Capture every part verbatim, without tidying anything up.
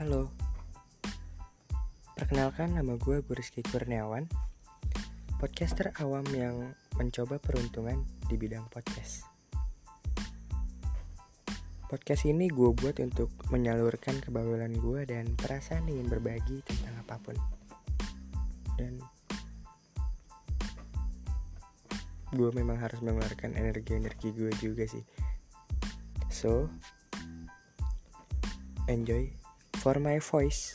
Halo, perkenalkan nama gue Rizky Kurniawan, podcaster awam yang mencoba peruntungan di bidang podcast. Podcast ini gue buat untuk menyalurkan kebawelan gue dan perasaan ingin berbagi tentang apapun. Dan gue memang harus mengeluarkan energi-energi gue juga sih. So, enjoy for my voice.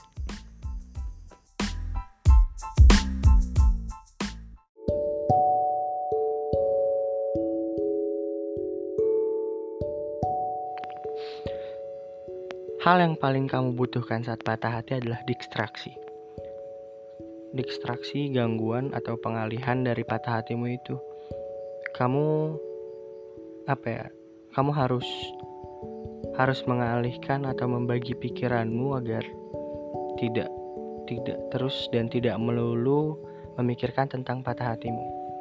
Hal yang paling kamu butuhkan saat patah hati adalah distraksi. Distraksi, gangguan, atau pengalihan dari patah hatimu itu. Kamu, apa ya, kamu harus harus mengalihkan atau membagi pikiranmu agar tidak tidak terus dan tidak melulu memikirkan tentang patah hatimu.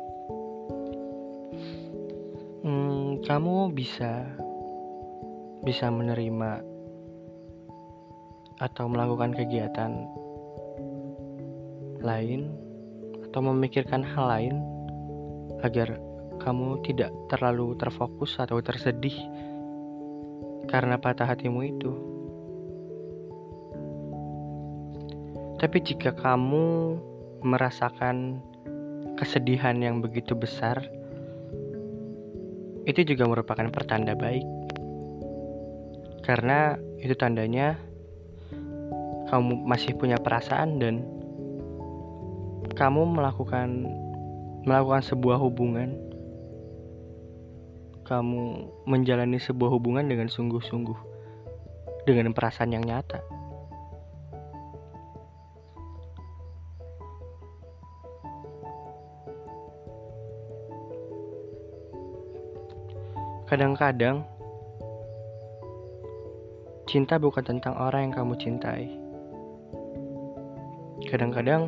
Hmm, kamu bisa bisa menerima atau melakukan kegiatan lain atau memikirkan hal lain agar kamu tidak terlalu terfokus atau tersedih karena patah hatimu itu. Tapi jika kamu merasakan kesedihan yang begitu besar, itu juga merupakan pertanda baik. Karena itu tandanya kamu masih punya perasaan dan kamu melakukan melakukan sebuah hubungan. Kamu menjalani sebuah hubungan dengan sungguh-sungguh, dengan perasaan yang nyata. Kadang-kadang, cinta bukan tentang orang yang kamu cintai. Kadang-kadang,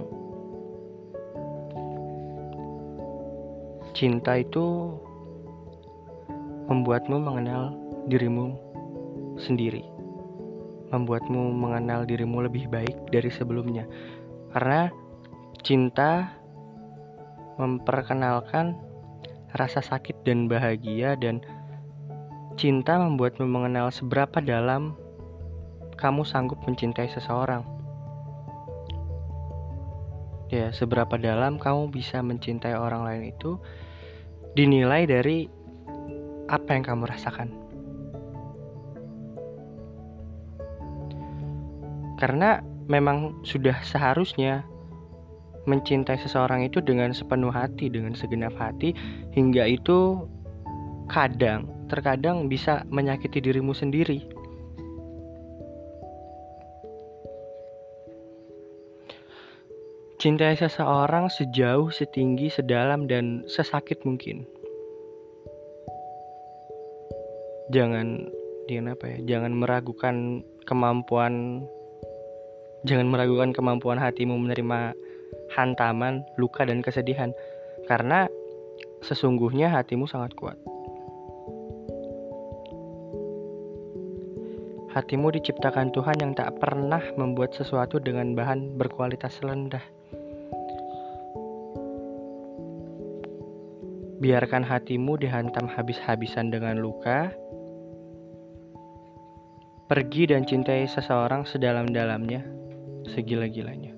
cinta itu membuatmu mengenal dirimu sendiri, membuatmu mengenal dirimu lebih baik dari sebelumnya. Karena cinta memperkenalkan rasa sakit dan bahagia, dan cinta membuatmu mengenal seberapa dalam kamu sanggup mencintai seseorang. Ya, seberapa dalam kamu bisa mencintai orang lain itu dinilai dari apa yang kamu rasakan. Karena memang sudah seharusnya mencintai seseorang itu dengan sepenuh hati, dengan segenap hati, hingga itu kadang, terkadang bisa menyakiti dirimu sendiri. Cintai seseorang sejauh, setinggi, sedalam, dan sesakit mungkin. Jangan, jangan apa ya? Jangan meragukan kemampuan, jangan meragukan kemampuan hatimu menerima hantaman, luka, dan kesedihan. Karena sesungguhnya hatimu sangat kuat. Hatimu diciptakan Tuhan yang tak pernah membuat sesuatu dengan bahan berkualitas rendah. Biarkan hatimu dihantam habis-habisan dengan luka. Pergi dan cintai seseorang sedalam-dalamnya, segila-gilanya.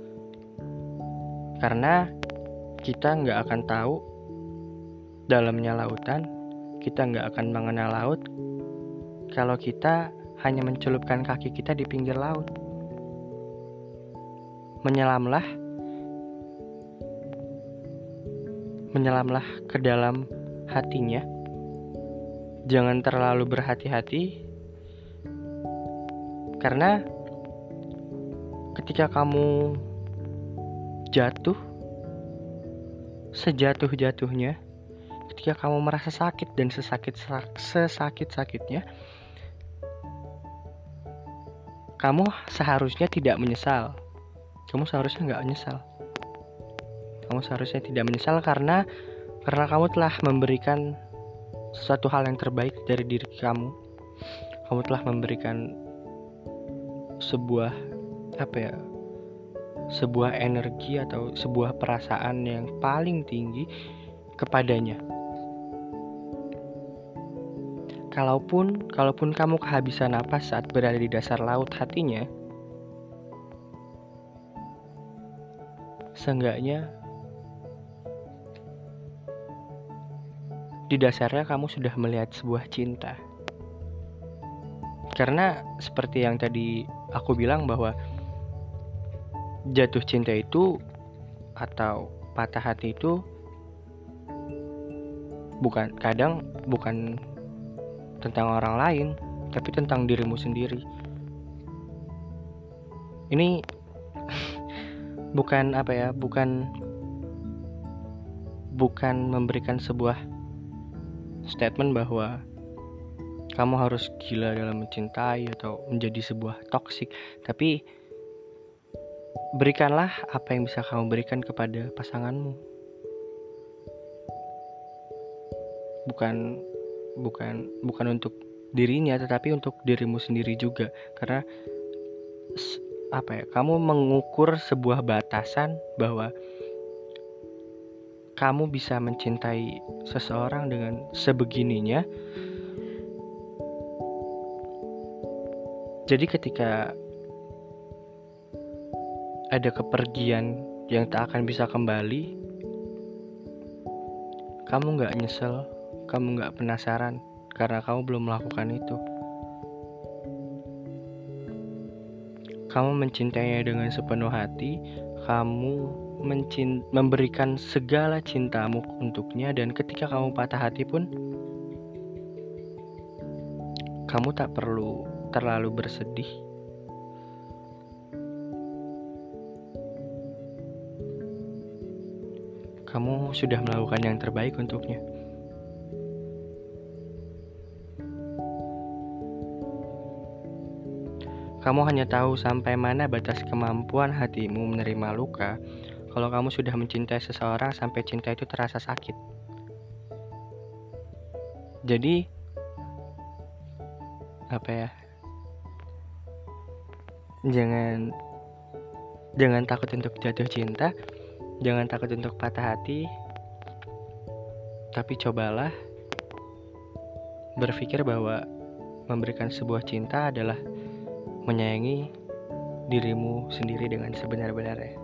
Karena kita gak akan tahu dalamnya lautan, kita gak akan mengenal laut kalau kita hanya mencelupkan kaki kita di pinggir laut. Menyelamlah, menyelamlah ke dalam hatinya. Jangan terlalu berhati-hati, karena ketika kamu jatuh sejatuh-jatuhnya, ketika kamu merasa sakit dan sesakit sesakit-sakitnya, kamu seharusnya tidak menyesal. Kamu seharusnya nggak menyesal. Kamu seharusnya tidak menyesal karena karena kamu telah memberikan sesuatu hal yang terbaik dari diri kamu. Kamu telah memberikan sebuah apa ya sebuah energi atau sebuah perasaan yang paling tinggi kepadanya. Kalaupun kalaupun kamu kehabisan napas saat berada di dasar laut hatinya, seenggaknya di dasarnya kamu sudah melihat sebuah cinta. Karena seperti yang tadi aku bilang bahwa jatuh cinta itu atau patah hati itu bukan kadang bukan tentang orang lain, tapi tentang dirimu sendiri. Ini bukan apa ya, bukan bukan memberikan sebuah statement bahwa kamu harus gila dalam mencintai atau menjadi sebuah toksik, tapi berikanlah apa yang bisa kamu berikan kepada pasanganmu. Bukan bukan bukan untuk dirinya, tetapi untuk dirimu sendiri juga. Karena apa ya, kamu mengukur sebuah batasan bahwa kamu bisa mencintai seseorang dengan sebegininya. Jadi ketika ada kepergian yang tak akan bisa kembali, kamu gak nyesel, kamu gak penasaran karena kamu belum melakukan itu. Kamu mencintainya dengan sepenuh hati, kamu mencint- memberikan segala cintamu untuknya, dan ketika kamu patah hati pun kamu tak perlu terlalu bersedih. Kamu sudah melakukan yang terbaik untuknya. Kamu hanya tahu sampai mana batas kemampuan hatimu menerima luka kalau kamu sudah mencintai seseorang sampai cinta itu terasa sakit. Jadi apa ya? Jangan jangan takut untuk jatuh cinta, jangan takut untuk patah hati. Tapi cobalah berpikir bahwa memberikan sebuah cinta adalah menyayangi dirimu sendiri dengan sebenar-benarnya.